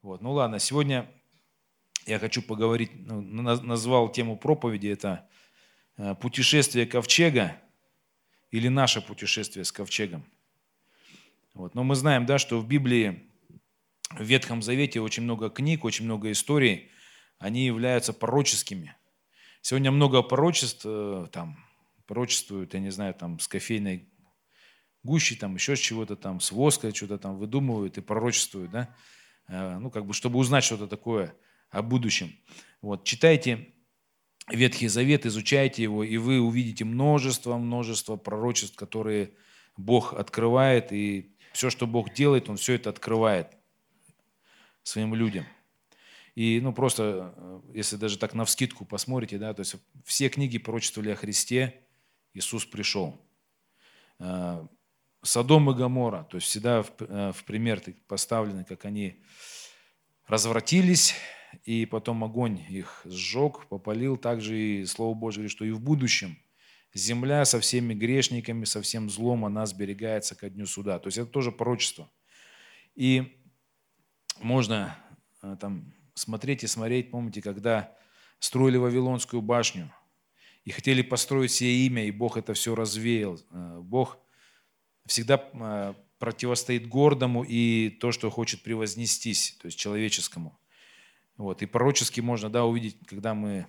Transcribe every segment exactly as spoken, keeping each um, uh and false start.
Вот. Ну ладно, сегодня я хочу поговорить, ну, на- назвал тему проповеди, это э, путешествие ковчега или наше путешествие с ковчегом. Вот. Но мы знаем, да, что в Библии, в Ветхом Завете очень много книг, очень много историй, они являются пророческими. Сегодня много пророчеств, э, там, пророчествуют, я не знаю, там, с кофейной гущей, там, еще с чего-то там, с воска что-то там выдумывают и пророчествуют, да, Э, ну, как бы, чтобы узнать что-то такое о будущем. Вот, читайте Ветхий Завет, изучайте его, и вы увидите множество, множество пророчеств, которые Бог открывает, и все, что Бог делает, Он все это открывает своим людям. И, ну, просто, э, если даже так навскидку посмотрите, да, то есть все книги пророчествовали о Христе, Иисус пришел. Э, Содом и Гоморра, то есть всегда в, э, в пример так поставлены, как они развратились, и потом огонь их сжег, попалил. Также и Слово Божье говорит, что и в будущем земля со всеми грешниками, со всем злом, она сберегается ко дню суда. То есть это тоже пророчество. И можно э, там смотреть и смотреть, помните, когда строили Вавилонскую башню и хотели построить себе имя, и Бог это все развеял. Э, Бог всегда э, противостоит гордому и то, что хочет превознестись, то есть человеческому. Вот. И пророчески можно, да, увидеть, когда мы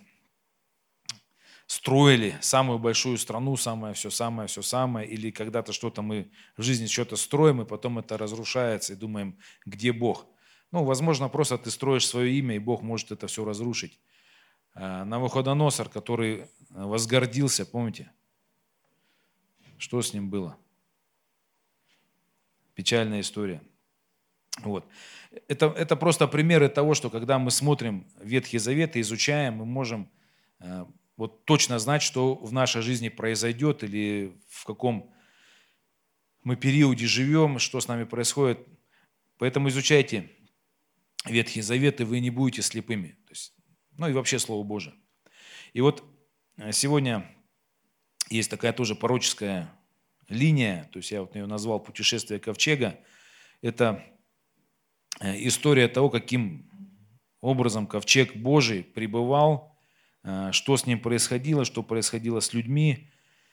строили самую большую страну, самое все, самое все, самое, или когда-то что-то мы в жизни что-то строим, и потом это разрушается, и думаем, где Бог? Ну, возможно, просто ты строишь свое имя, и Бог может это все разрушить. А Навуходоносор, который возгордился, помните, что с ним было? Печальная история. Вот. Это, это просто примеры того, что когда мы смотрим Ветхий Завет и изучаем, мы можем э, вот точно знать, что в нашей жизни произойдет или в каком мы периоде живем, что с нами происходит. Поэтому изучайте Ветхий Завет, и вы не будете слепыми. То есть, ну и вообще Слово Божие. И вот э, сегодня есть такая тоже пророческая линия, то есть я вот ее назвал «Путешествие ковчега». Это э, история того, каким образом ковчег Божий пребывал, э, что с ним происходило, что происходило с людьми.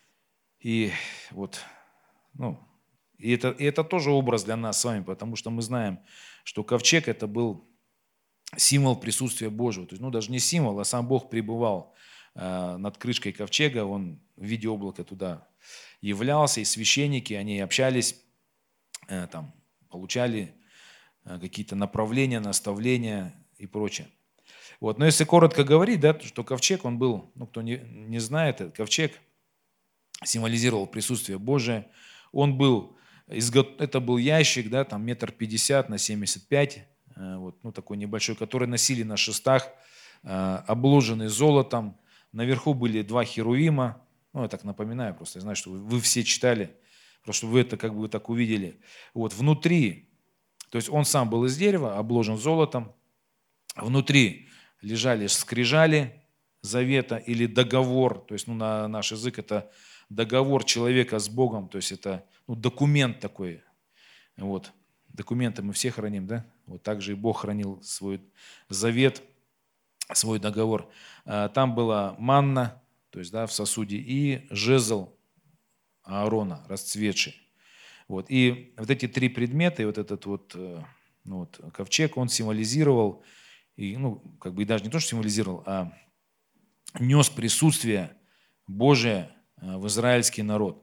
И вот, ну, и это, и это тоже образ для нас с вами, потому что мы знаем, что ковчег это был символ присутствия Божьего. То есть, ну, даже не символ, а сам Бог пребывал э, над крышкой ковчега, он в виде облака туда являлся, и священники, они общались, э, там, получали э, какие-то направления, наставления и прочее. Вот. Но если коротко говорить, да, что ковчег, он был, ну, кто не, не знает, этот ковчег символизировал присутствие Божие. Он был, изго- это был ящик, да, там метр пятьдесят на семьдесят пять, э, вот, ну, такой небольшой, который носили на шестах, э, обложенный золотом. Наверху были два херувима, ну, я так напоминаю просто, я знаю, что вы, вы все читали, просто вы это как бы так увидели. Вот, внутри, то есть он сам был из дерева, обложен золотом, внутри лежали скрижали завета или договор, то есть ну, на наш язык это договор человека с Богом, то есть это ну, документ такой. Вот. Документы мы все храним, да? Вот так же и Бог хранил свой завет, свой договор. А, Там была манна, то есть да, в сосуде, и жезл Аарона, расцветший. Вот. И вот эти три предмета, и вот этот вот, э, ну, вот ковчег, он символизировал, и, ну, как бы и даже не то, что символизировал, а нес присутствие Божие э, в израильский народ.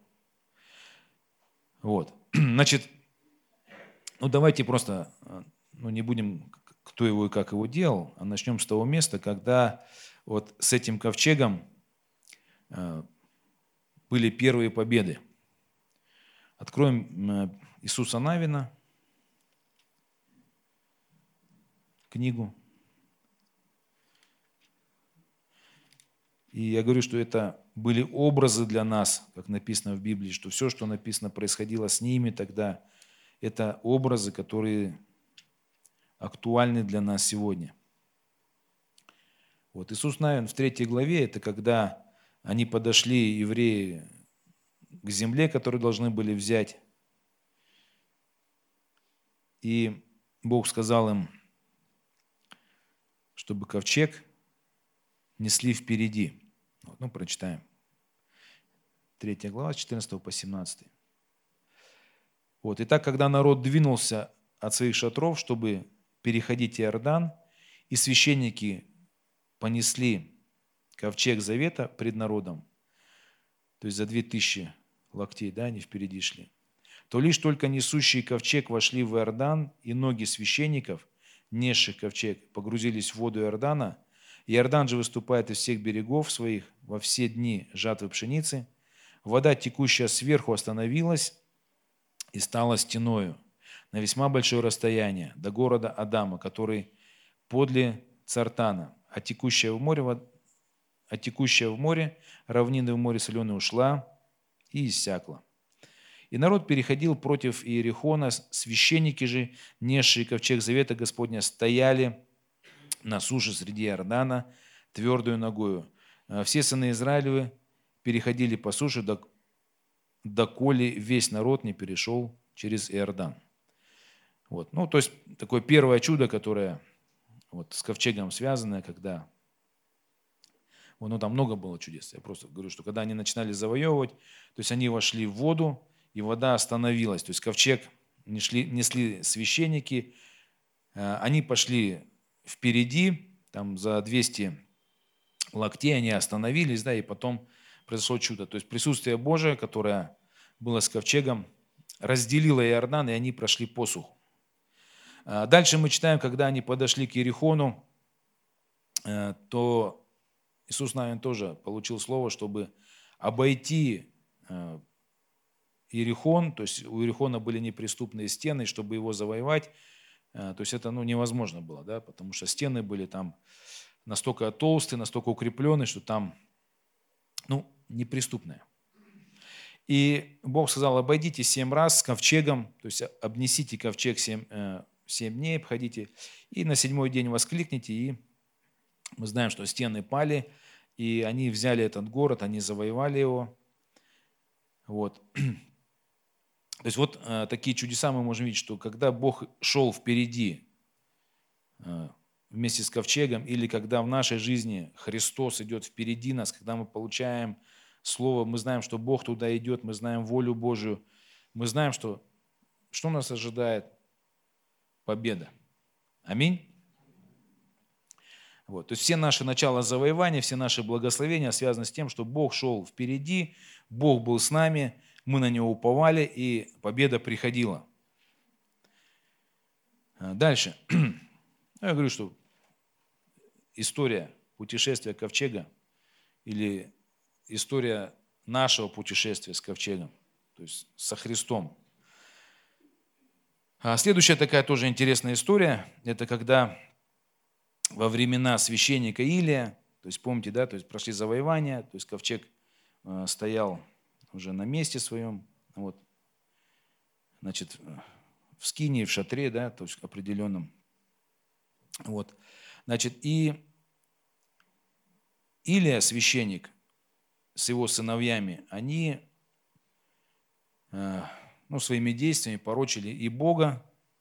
Вот. Значит, ну давайте просто, э, ну не будем, кто его и как его делал, а начнем с того места, когда вот с этим ковчегом э, были первые победы. Откроем э, Иисуса Навина, книгу. И я говорю, что это были образы для нас, как написано в Библии, что все, что написано, происходило с ними тогда, это образы, которые актуальны для нас сегодня. Вот Иисус Навин в третьей главе, это когда они подошли, евреи, к земле, которую должны были взять, и Бог сказал им, чтобы ковчег несли впереди. Вот, ну, прочитаем. Третья глава, с четырнадцатого по семнадцатый. Вот. Итак, когда народ двинулся от своих шатров, чтобы переходить Иордан, и священники понесли ковчег завета пред народом, то есть за две тысячи локтей, да, они впереди шли, то лишь только несущие ковчег вошли в Иордан, и ноги священников, несших ковчег, погрузились в воду Иордана. Иордан же выступает из всех берегов своих во все дни жатвы пшеницы. Вода, текущая сверху, остановилась и стала стеною на весьма большое расстояние до города Адама, который подле Цартана, а текущая в море, а текущая в море, равнины в море соленое ушла и иссякла. И народ переходил против Иерихона, священники же, несшие ковчег завета Господня, стояли на суше среди Иордана твердую ногою. Все сыны Израилевы переходили по суше, доколе весь народ не перешел через Иордан. Вот. Ну, то есть такое первое чудо, которое вот с ковчегом связанное, когда... Ну, там много было чудес. Я просто говорю, что когда они начинали завоевывать, то есть они вошли в воду, и вода остановилась. То есть ковчег несли, несли священники, они пошли впереди, там за двести локтей они остановились, да, и потом произошло чудо. То есть присутствие Божие, которое было с ковчегом, разделило Иордан, и они прошли посуху. Дальше мы читаем, когда они подошли к Иерихону, то Иисус, наверное, тоже получил слово, чтобы обойти Иерихон, то есть у Иерихона были неприступные стены, чтобы его завоевать, то есть это ну, невозможно было, да, потому что стены были там настолько толстые, настолько укрепленные, что там ну, неприступные. И Бог сказал, обойдите семь раз с ковчегом, то есть обнесите ковчег семь, семь дней, обходите, и на седьмой день воскликните, и мы знаем, что стены пали, и они взяли этот город, они завоевали его. Вот. То есть вот э, такие чудеса мы можем видеть, что когда Бог шел впереди э, вместе с ковчегом, или когда в нашей жизни Христос идет впереди нас, когда мы получаем Слово, мы знаем, что Бог туда идет, мы знаем волю Божию, мы знаем, что, что нас ожидает победа. Аминь. Вот. То есть все наши начала завоевания, все наши благословения связаны с тем, что Бог шел впереди, Бог был с нами, мы на Него уповали, и победа приходила. Дальше. Я говорю, что история путешествия ковчега или история нашего путешествия с ковчегом, то есть со Христом. А следующая такая тоже интересная история, это когда во времена священника Илия, то есть помните, да, то есть прошли завоевания, то есть ковчег э, стоял уже на месте своем, вот, значит, в скинии, в шатре, да, то есть определенном, вот, значит, и Илия, священник, с его сыновьями, они, э, ну, своими действиями порочили и Бога,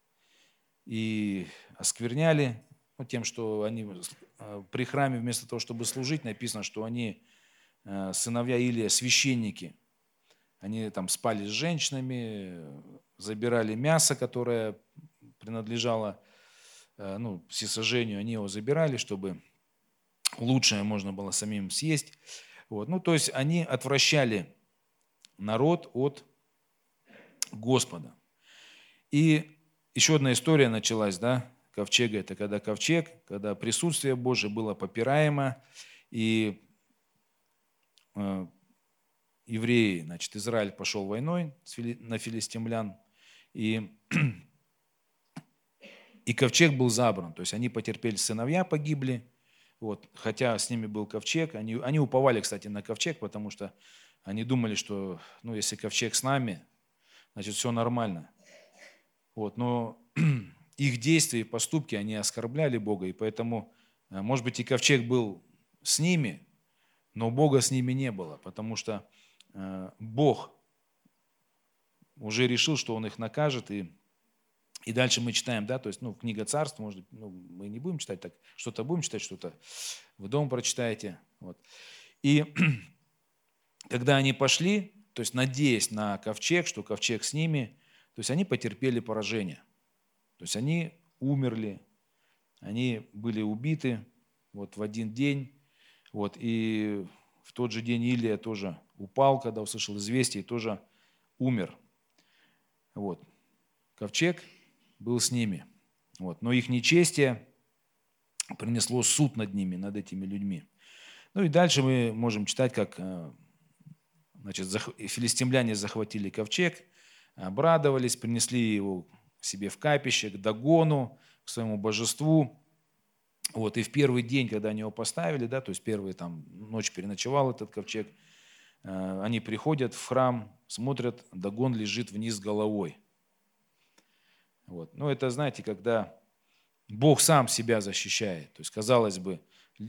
и оскверняли, ну, тем, что они при храме вместо того, чтобы служить, написано, что они, сыновья Илия, священники, они там спали с женщинами, забирали мясо, которое принадлежало ну, всесожжению, они его забирали, чтобы лучшее можно было самим съесть. Вот. Ну, то есть они отвращали народ от Господа. И еще одна история началась, да, ковчега, это когда ковчег, когда присутствие Божие было попираемо, и э, евреи, значит, Израиль пошел войной на филистимлян, и, и ковчег был забран, то есть они потерпели, сыновья погибли, вот, хотя с ними был ковчег, они, они уповали, кстати, на ковчег, потому что они думали, что, ну, если ковчег с нами, значит, все нормально. Вот, но их действия и поступки, они оскорбляли Бога, и поэтому, может быть, и ковчег был с ними, но Бога с ними не было, потому что Бог уже решил, что Он их накажет, и И дальше мы читаем, да, то есть, ну, книга Царств, может быть, ну, мы не будем читать так, что-то будем читать, что-то вы дома прочитаете. Вот. И когда они пошли, то есть надеясь на ковчег, что ковчег с ними, то есть они потерпели поражение. То есть они умерли, они были убиты вот в один день. Вот, и в тот же день Илия тоже упал, когда услышал известие, и тоже умер. Вот. Ковчег был с ними. Вот. Но их нечестие принесло суд над ними, над этими людьми. Ну и дальше мы можем читать, как значит, филистимляне захватили ковчег, обрадовались, принесли его себе в капище, к Дагону, к своему божеству. Вот, и в первый день, когда они его поставили, да, то есть первую там, ночь переночевал этот ковчег, они приходят в храм, смотрят, Дагон лежит вниз головой. Вот. Ну, это, знаете, когда Бог сам себя защищает. То есть, казалось бы,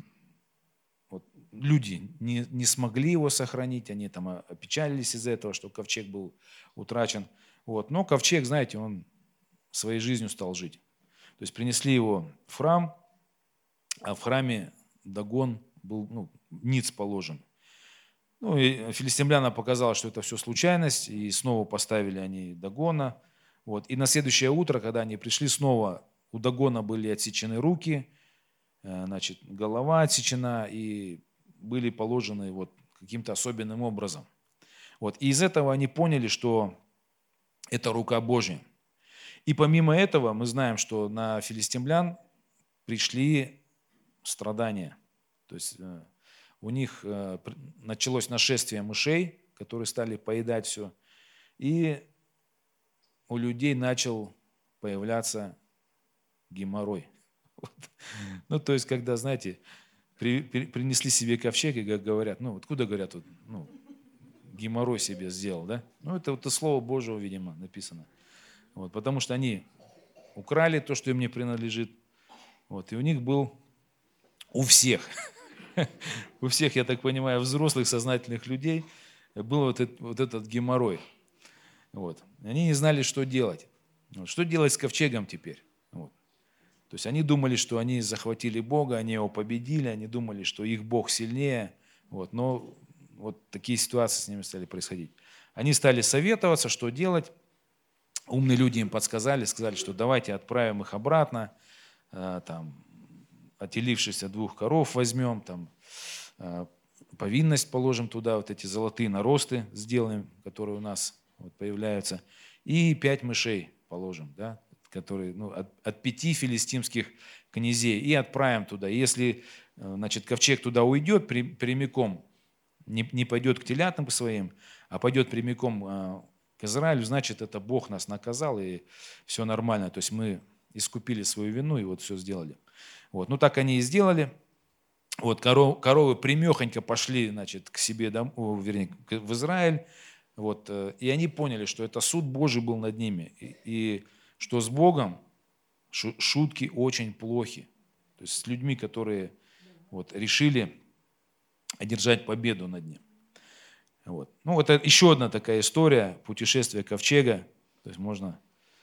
вот, люди не, не смогли его сохранить, они там опечалились из-за этого, что ковчег был утрачен. Вот. Но ковчег, знаете, он своей жизнью стал жить. То есть принесли его в храм, а в храме Дагон был, ну, ниц положен. Ну, и филистимлянам показалось, что это все случайность, и снова поставили они Дагона. Вот. И на следующее утро, когда они пришли, снова у Дагона были отсечены руки, значит, голова отсечена, и были положены вот каким-то особенным образом. Вот. И из этого они поняли, что это рука Божья. И помимо этого мы знаем, что на филистимлян пришли страдания. То есть у них началось нашествие мышей, которые стали поедать все, и у людей начал появляться геморрой. Вот. Ну, то есть, когда, знаете, при, при, принесли себе ковчег, и как говорят, ну, откуда говорят, вот, ну, геморрой себе сделал, да? Ну, это вот слово Божьего, видимо, написано. Вот, потому что они украли то, что им не принадлежит. Вот, и у них был, у всех, у всех, я так понимаю, взрослых, сознательных людей был вот этот, вот этот геморрой. Вот. Они не знали, что делать. Вот. Что делать с ковчегом теперь? Вот. То есть они думали, что они захватили Бога, они его победили, они думали, что их Бог сильнее. Вот. Но вот такие ситуации с ними стали происходить. Они стали советоваться, что делать. Умные люди им подсказали, сказали, что давайте отправим их обратно, там, отелившихся двух коров возьмем, там, повинность положим туда, вот эти золотые наросты сделаем, которые у нас вот появляются, и пять мышей положим, да, которые, ну, от, от пяти филистимских князей, и отправим туда. Если, значит, ковчег туда уйдет при, прямиком, не, не пойдет к телятам своим, а пойдет прямиком к Израилю, значит, это Бог нас наказал, и все нормально. То есть мы искупили свою вину, и вот все сделали. Вот. Ну, так они и сделали. Вот, коров, коровы примехонько пошли, значит, к себе, домой, вернее, в Израиль. Вот, и они поняли, что это суд Божий был над ними. И, и что с Богом шутки очень плохи. То есть с людьми, которые вот, решили одержать победу над ним. Вот. Ну, вот это еще одна такая история путешествия ковчега. То есть можно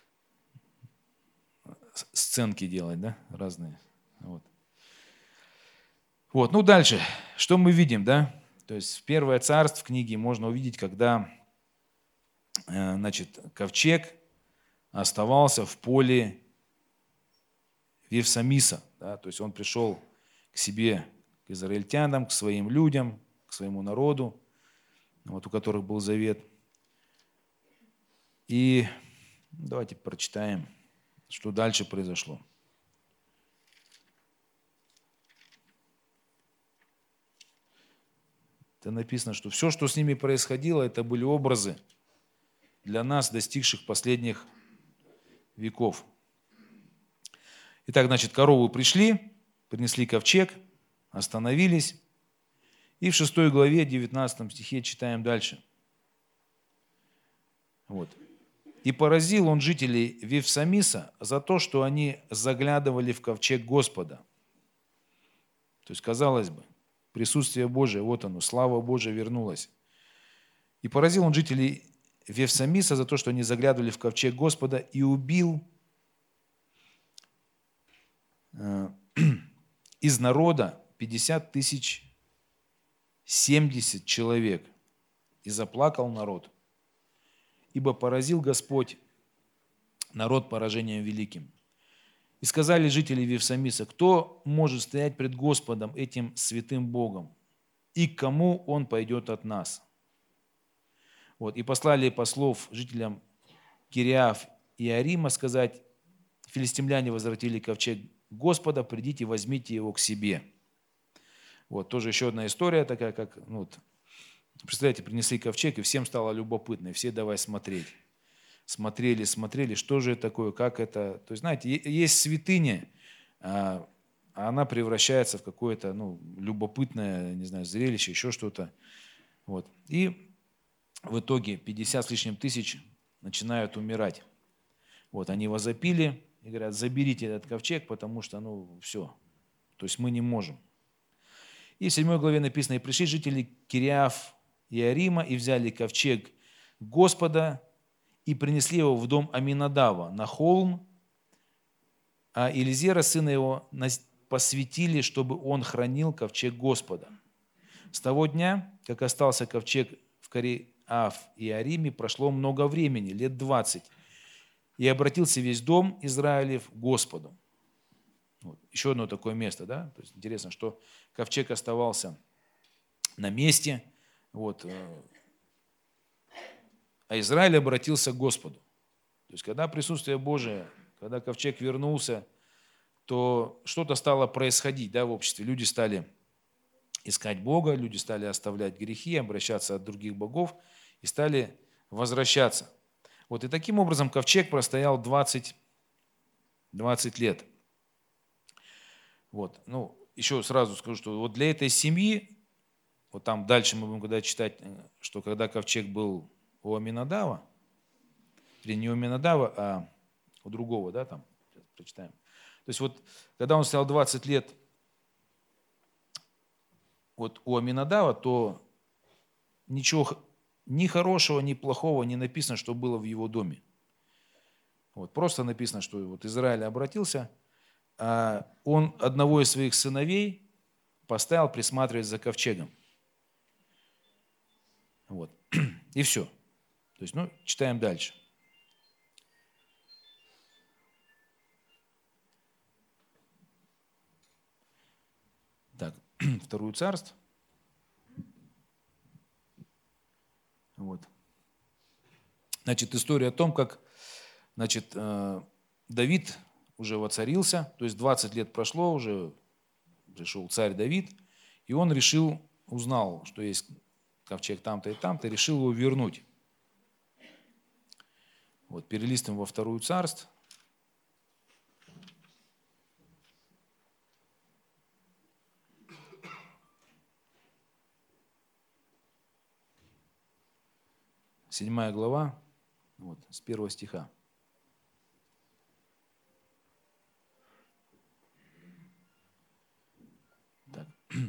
сценки делать, да, разные. Вот. Вот. Ну, дальше. Что мы видим, да? То есть в Первое царство в книге можно увидеть, когда, значит, ковчег оставался в поле Вевсамиса. Да? То есть он пришел к себе, к израильтянам, к своим людям, к своему народу, вот, у которых был завет. И давайте прочитаем, что дальше произошло. Это написано, что все, что с ними происходило, это были образы для нас, достигших последних веков. Итак, значит, коровы пришли, принесли ковчег, остановились. И в шестой главе, девятнадцатом стихе читаем дальше. Вот. «И поразил он жителей Вевсамиса за то, что они заглядывали в ковчег Господа». То есть, казалось бы, присутствие Божие, вот оно, слава Божия вернулась. «И поразил он жителей Вевсамиса за то, что они заглядывали в ковчег Господа, и убил из народа пятьдесят тысяч семьдесят человек. И заплакал народ, ибо поразил Господь народ поражением великим. И сказали жители Вифсамиса: кто может стоять пред Господом, этим святым Богом, и к кому он пойдет от нас? Вот. И послали послов жителям Кириаф и Арима сказать: филистимляне возвратили ковчег Господа, придите, возьмите его к себе. Вот, тоже еще одна история такая, как, ну, вот, представляете, принесли ковчег, и всем стало любопытно, и все давай смотреть. Смотрели, смотрели, что же это такое, как это. То есть, знаете, есть святыня, а она превращается в какое-то, ну, любопытное, не знаю, зрелище, еще что-то. Вот. И в итоге пятьдесят с лишним тысяч начинают умирать. Вот, они возопили и говорят: заберите этот ковчег, потому что, ну, все, то есть мы не можем. И в седьмой главе написано: и пришли жители Кириаф и Арима, и взяли ковчег Господа, и принесли его в дом Аминадава на холм, а Елизера, сына его, посвятили, чтобы он хранил ковчег Господа. С того дня, как остался ковчег в Кириаф и Ариме, прошло много времени, лет двадцать, и обратился весь дом Израилев к Господу. Вот. Еще одно такое место, да? То есть интересно, что ковчег оставался на месте, вот, а Израиль обратился к Господу. То есть когда присутствие Божие, когда ковчег вернулся, то что-то стало происходить, да, в обществе. Люди стали искать Бога, люди стали оставлять грехи, обращаться от других богов и стали возвращаться. Вот, и таким образом ковчег простоял двадцать, двадцать лет. Вот. Ну, еще сразу скажу, что вот для этой семьи, вот там дальше мы будем когда читать, что когда ковчег был у Аминадава, или не у Аминадава, а у другого, да, там, сейчас прочитаем. То есть вот, когда он стоял двадцать лет вот у Аминадава, то ничего ни хорошего, ни плохого не написано, что было в его доме. Вот, просто написано, что вот Израиль обратился, а он одного из своих сыновей поставил присматривать за ковчегом. Вот. И все. То есть, ну, читаем дальше. Так, Второе царство. Вот. Значит, история о том, как, значит, Давид уже воцарился, то есть двадцать лет прошло, уже пришел царь Давид, и он решил, узнал, что есть ковчег там-то и там-то, решил его вернуть. Вот, перелистываем во Второе царство. Седьмая глава, вот, с первого стиха. Так.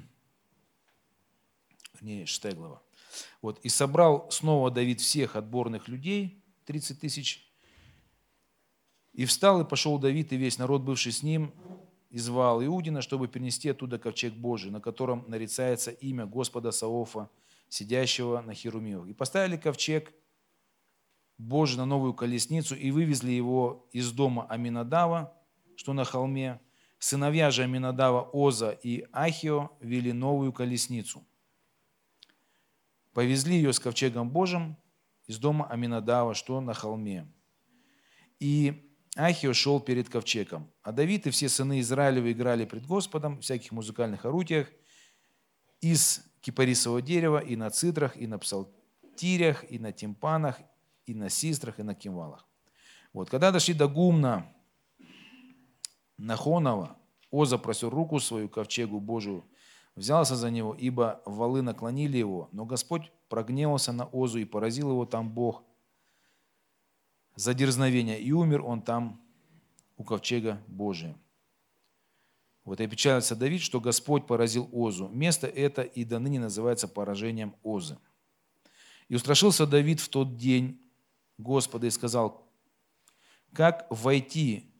Вернее, шестая глава. Вот, и собрал снова Давид всех отборных людей, тридцать тысяч, и встал, и пошел Давид, и весь народ, бывший с ним, и звал Иудина, чтобы перенести оттуда ковчег Божий, на котором нарицается имя Господа Саофа, сидящего на херувимах. И поставили ковчег Божий на новую колесницу, и вывезли его из дома Аминадава, что на холме. Сыновья же Аминадава, Оза и Ахио, вели новую колесницу. Повезли ее с ковчегом Божьим из дома Аминадава, что на холме. И Ахио шел перед ковчегом. А Давид и все сыны Израилевы играли пред Господом в всяких музыкальных орудиях из кипарисового дерева, и на цитрах, и на псалтирях, и на тимпанах, и на систрах, и на кимвалах. Вот. Когда дошли до гумна Нахонова, Оза просил руку свою ковчегу Божию, взялся за него, ибо валы наклонили его, но Господь прогневался на Озу, и поразил его там Бог за дерзновение, и умер он там у ковчега Божия. Вот и опечалился Давид, что Господь поразил Озу. Место это и до ныне называется поражением Озы. И устрашился Давид в тот день Господа и сказал: как войти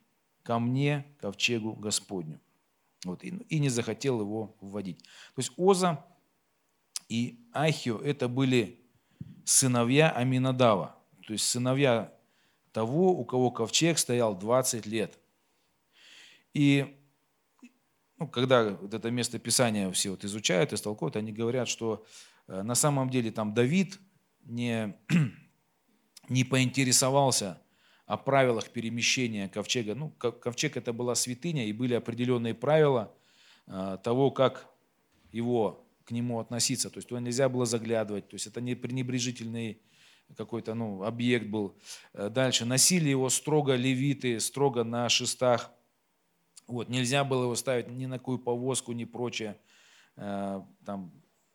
ко мне, ковчегу Господню». Вот, и, и не захотел его вводить. То есть Оза и Ахио – это были сыновья Аминадава, то есть сыновья того, у кого ковчег стоял двадцать лет. И ну, когда вот это место Писания все вот изучают, истолковывают, они говорят, что э, на самом деле там Давид не, не поинтересовался о правилах перемещения ковчега. Ну, ковчег – это была святыня, и были определенные правила э, того, как его к нему относиться. То есть туда нельзя было заглядывать, то есть это не пренебрежительный какой-то ну, объект был. Дальше носили его строго левиты, строго на шестах. Вот, нельзя было его ставить ни на какую повозку, ни прочее. Там.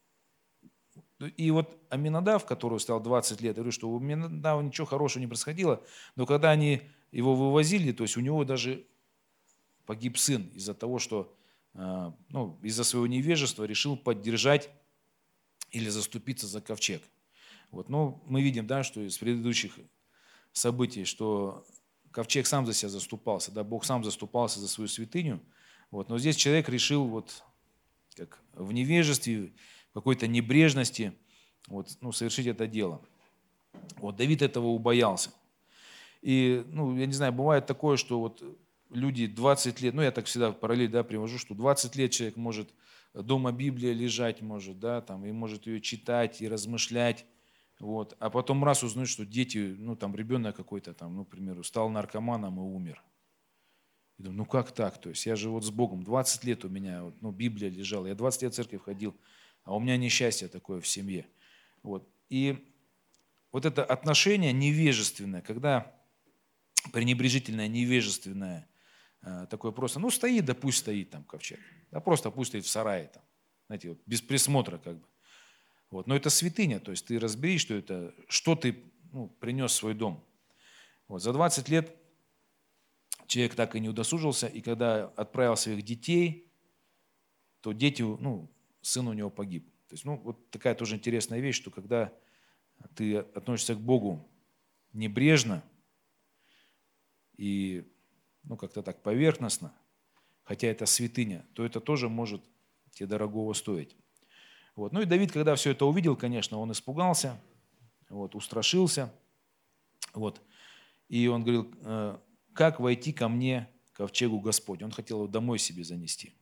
И вот Аминадав, который стал двадцать лет, я говорю, что у Аминадава ничего хорошего не происходило, но когда они его вывозили, то есть у него даже погиб сын из-за того, что ну, из-за своего невежества решил поддержать или заступиться за ковчег. Вот. Но мы видим, да, что из предыдущих событий, что ковчег сам за себя заступался, да, Бог сам заступался за свою святыню. Вот. Но здесь человек решил вот, как в невежестве, в какой-то небрежности вот, ну, совершить это дело. Вот. Давид этого убоялся. И, ну, я не знаю, бывает такое, что вот люди двадцать лет, ну я так всегда параллель да, привожу, что двадцать лет человек может дома Библия лежать, может, да, там, и может ее читать и размышлять, вот, а потом раз узнать, что дети, ну там ребенок какой-то там, ну, к примеру, стал наркоманом и умер. И думаю, ну как так, то есть я же вот с Богом, двадцать лет у меня, ну, Библия лежала, я двадцать лет в церковь ходил, а у меня несчастье такое в семье. Вот. И вот это отношение невежественное, когда пренебрежительное, невежественное, такое просто, ну, стоит, да пусть стоит там ковчег. Да просто пусть стоит в сарае там, знаете, вот, без присмотра как бы. Вот. Но это святыня, то есть ты разберись, что это, что ты ну, принес в свой дом. Вот. За двадцать лет человек так и не удосужился, и когда отправил своих детей, то дети, ну, сын у него погиб. То есть, ну, вот такая тоже интересная вещь, что когда ты относишься к Богу небрежно и ну, как-то так поверхностно, хотя это святыня, то это тоже может тебе дорогого стоить. Вот. Ну и Давид, когда все это увидел, конечно, он испугался, вот, устрашился. Вот. И он говорил, как войти ко мне, ковчегу Господь. Он хотел его домой себе занести.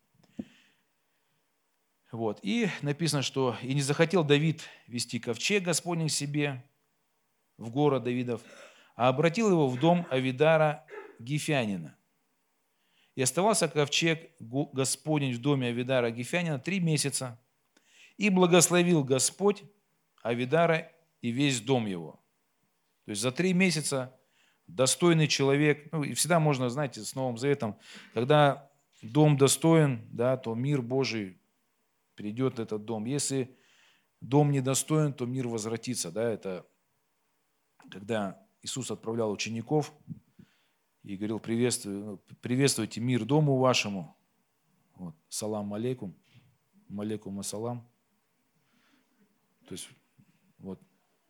Вот. И написано, что «И не захотел Давид вести ковчег Господень к себе в город Давидов, а обратил его в дом Авидара Гифянина. И оставался ковчег Господень в доме Авидара Гифянина три месяца. И благословил Господь Авидара и весь дом его». То есть за три месяца достойный человек, ну и всегда можно, знаете, с Новым Заветом, когда дом достоин, да, то мир Божий придет в этот дом. Если дом недостоин, то мир возвратится. Да, это когда Иисус отправлял учеников и говорил, приветствуйте, приветствуйте мир дому вашему. Вот, салам алейкум, малейкум ассалам. То есть, вот.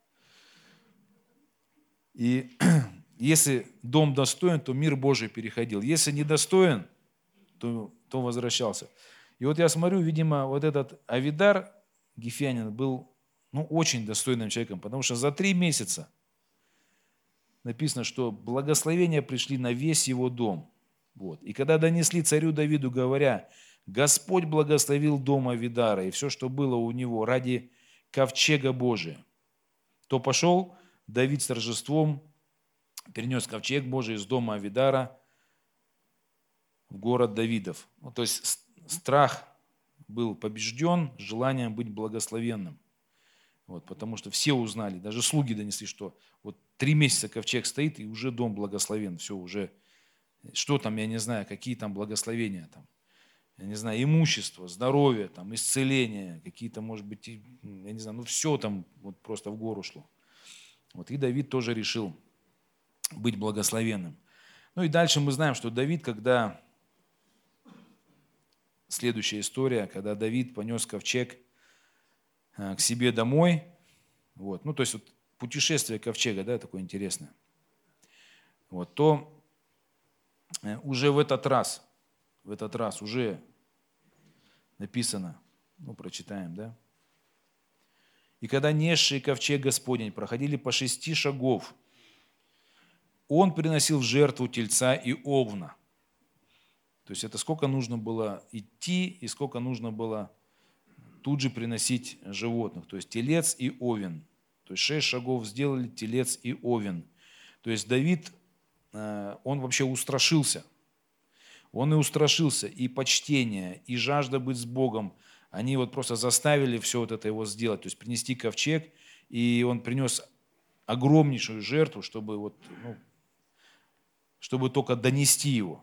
И если дом достоин, то мир Божий переходил. Если недостоин, то, то возвращался. И вот я смотрю, видимо, вот этот Авидар Гифянин был ну, очень достойным человеком, потому что за три месяца написано, что благословения пришли на весь его дом. Вот. И когда донесли царю Давиду, говоря, Господь благословил дом Авидара и все, что было у него ради ковчега Божия, то пошел Давид с торжеством, перенес ковчег Божий из дома Авидара в город Давидов. Ну, то есть страх был побежден желанием быть благословенным. Вот, потому что все узнали, даже слуги донесли, что вот три месяца ковчег стоит, и уже дом благословен. Все уже, что там, я не знаю, какие там благословения, там, я не знаю, имущество, здоровье, там, исцеление, какие-то, может быть, я не знаю, ну все там вот просто в гору шло. Вот, и Давид тоже решил быть благословенным. Ну и дальше мы знаем, что Давид, когда, следующая история, когда Давид понес ковчег к себе домой, вот, ну то есть вот путешествие ковчега, да, такое интересное, вот, то уже в этот раз, в этот раз уже написано, ну, прочитаем, да? «И когда несший ковчег Господень проходили по шести шагов, он приносил в жертву тельца и овна». То есть это сколько нужно было идти и сколько нужно было тут же приносить животных. То есть телец и овен. То есть шесть шагов сделали, телец и овен. То есть Давид, он вообще устрашился. Он и устрашился, и почтение, и жажда быть с Богом. Они вот просто заставили все вот это его сделать. То есть принести ковчег, и он принес огромнейшую жертву, чтобы, вот, ну, чтобы только донести его.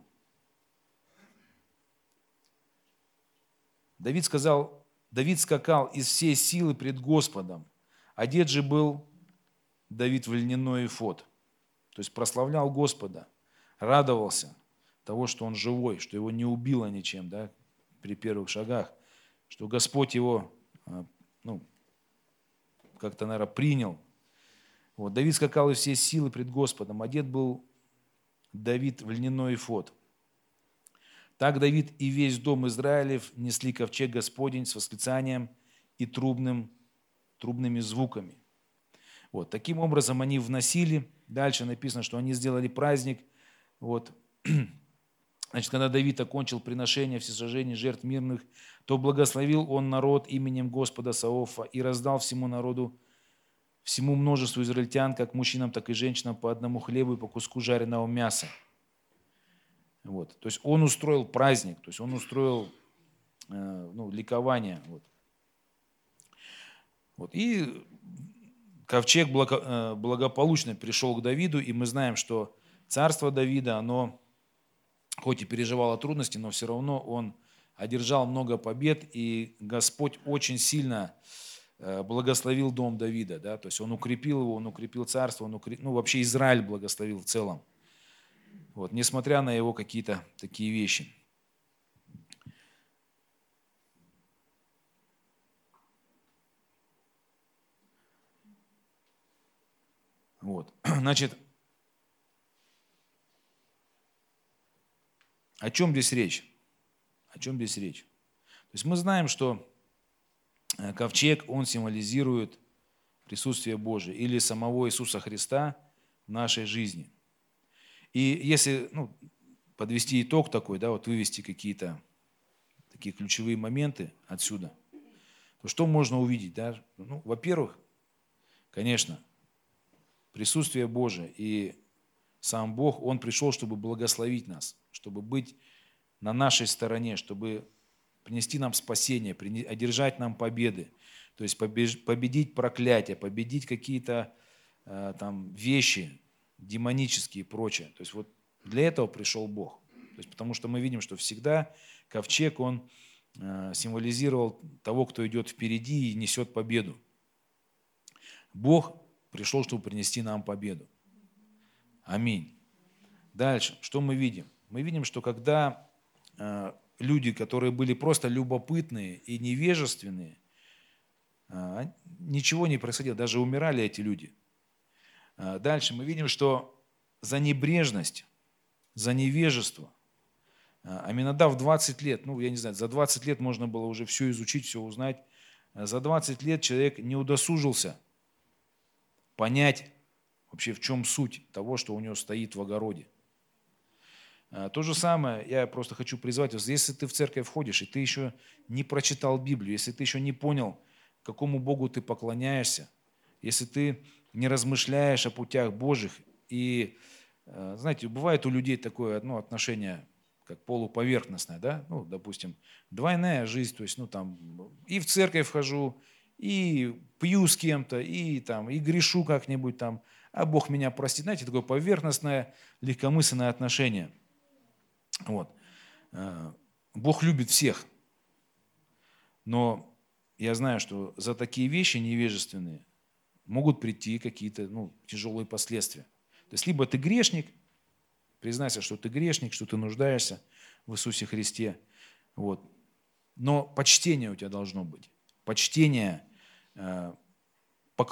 Давид сказал, Давид скакал из всей силы пред Господом. Одет же был Давид в льняной эфод. То есть прославлял Господа, радовался того, что он живой, что его не убило ничем, да, при первых шагах, что Господь его, ну, как-то, наверное, принял. Вот. Давид скакал из всей силы пред Господом. Одет был Давид в льняной эфод. Так Давид и весь дом Израилев несли ковчег Господень с восклицанием и трубным, трубными звуками. Вот. Таким образом они вносили. Дальше написано, что они сделали праздник. Вот. Значит, когда Давид окончил приношение всесожжений жертв мирных, то благословил он народ именем Господа Саофа и раздал всему народу, всему множеству израильтян, как мужчинам, так и женщинам, по одному хлебу и по куску жареного мяса. Вот. То есть он устроил праздник, то есть он устроил э, ну, ликование. Вот. Вот. И ковчег благо, благополучно пришел к Давиду, и мы знаем, что царство Давида, оно хоть и переживало трудности, но все равно он одержал много побед, и Господь очень сильно благословил дом Давида. Да? То есть он укрепил его, он укрепил царство, он укрепил, ну вообще Израиль благословил в целом. Вот, несмотря на его какие-то такие вещи. Вот. Значит, о чем здесь речь? О чем здесь речь? То есть мы знаем, что ковчег, он символизирует присутствие Божие или самого Иисуса Христа в нашей жизни. И если, ну, подвести итог такой, да, вот вывести какие-то такие ключевые моменты отсюда, то что можно увидеть? Да? Ну, во-первых, конечно, присутствие Божие и сам Бог, Он пришел, чтобы благословить нас, чтобы быть на нашей стороне, чтобы принести нам спасение, одержать нам победы, то есть победить проклятие, победить какие-то э, там вещи демонические и прочее. То есть вот для этого пришел Бог. То есть потому что мы видим, что всегда ковчег, он э, символизировал того, кто идет впереди и несет победу. Бог пришел, чтобы принести нам победу. Аминь. Дальше, что мы видим? Мы видим, что когда э, люди, которые были просто любопытные и невежественные, э, ничего не происходило, даже умирали эти люди. Э, дальше мы видим, что за небрежность, за невежество, э, Аминадав в двадцать лет, ну я не знаю, за двадцать лет можно было уже все изучить, все узнать, за двадцать лет человек не удосужился понять вообще, в чем суть того, что у него стоит в огороде. То же самое, я просто хочу призвать вас, если ты в церковь входишь, и ты еще не прочитал Библию, если ты еще не понял, какому Богу ты поклоняешься, если ты не размышляешь о путях Божьих, и, знаете, бывает у людей такое ну, отношение, как полуповерхностное, да, ну, допустим, двойная жизнь, то есть, ну, там, и в церковь вхожу, и пью с кем-то, и там, и грешу как-нибудь там, а Бог меня простит. Знаете, такое поверхностное, легкомысленное отношение. Вот. Бог любит всех, но я знаю, что за такие вещи невежественные могут прийти какие-то ну, тяжелые последствия. То есть либо ты грешник, признайся, что ты грешник, что ты нуждаешься в Иисусе Христе, вот. Но почтение у тебя должно быть. Почтение,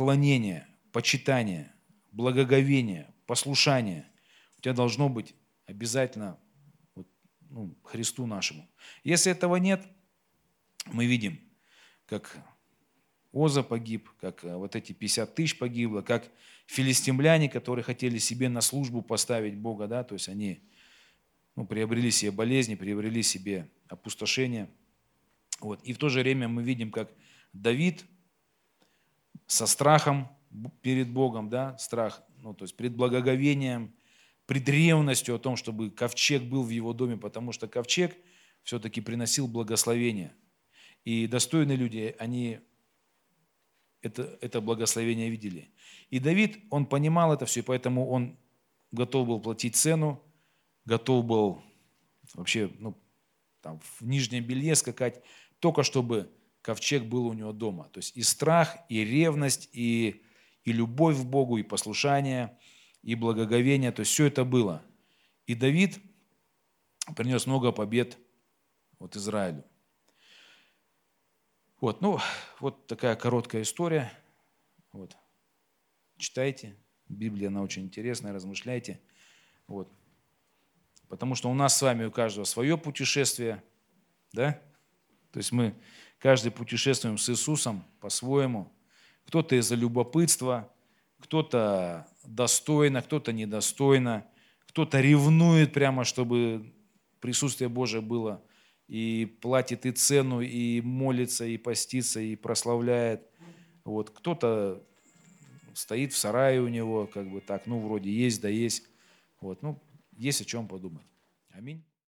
поклонение, почитание, благоговение, послушание у тебя должно быть обязательно вот, ну, Христу нашему. Если этого нет, мы видим, как Оза погиб, как э, вот эти пятьдесят тысяч погибло, как филистимляне, которые хотели себе на службу поставить Бога, да, то есть они ну, приобрели себе болезни, приобрели себе опустошение. Вот. И в то же время мы видим, как Давид со страхом перед Богом, да, страх, ну, то есть пред благоговением, пред ревностью о том, чтобы ковчег был в его доме, потому что ковчег все-таки приносил благословение. И достойные люди, они это, это благословение видели. И Давид, он понимал это все, и поэтому он готов был платить цену, готов был вообще ну, там, в нижнем белье скакать, только чтобы ковчег был у него дома. То есть и страх, и ревность, и, и любовь к Богу, и послушание, и благоговение, то есть все это было. И Давид принес много побед вот Израилю. Вот, ну, вот такая короткая история. Вот. Читайте. Библия, она очень интересная, размышляйте. Вот. Потому что у нас с вами, у каждого свое путешествие, да? То есть мы каждый путешествуем с Иисусом по-своему. Кто-то из-за любопытства, кто-то достойно, кто-то недостойно, кто-то ревнует прямо, чтобы присутствие Божие было, и платит и цену, и молится, и постится, и прославляет. Вот. Кто-то стоит в сарае у него, как бы так, ну, вроде есть, да есть. Вот. Ну, есть о чем подумать. Аминь.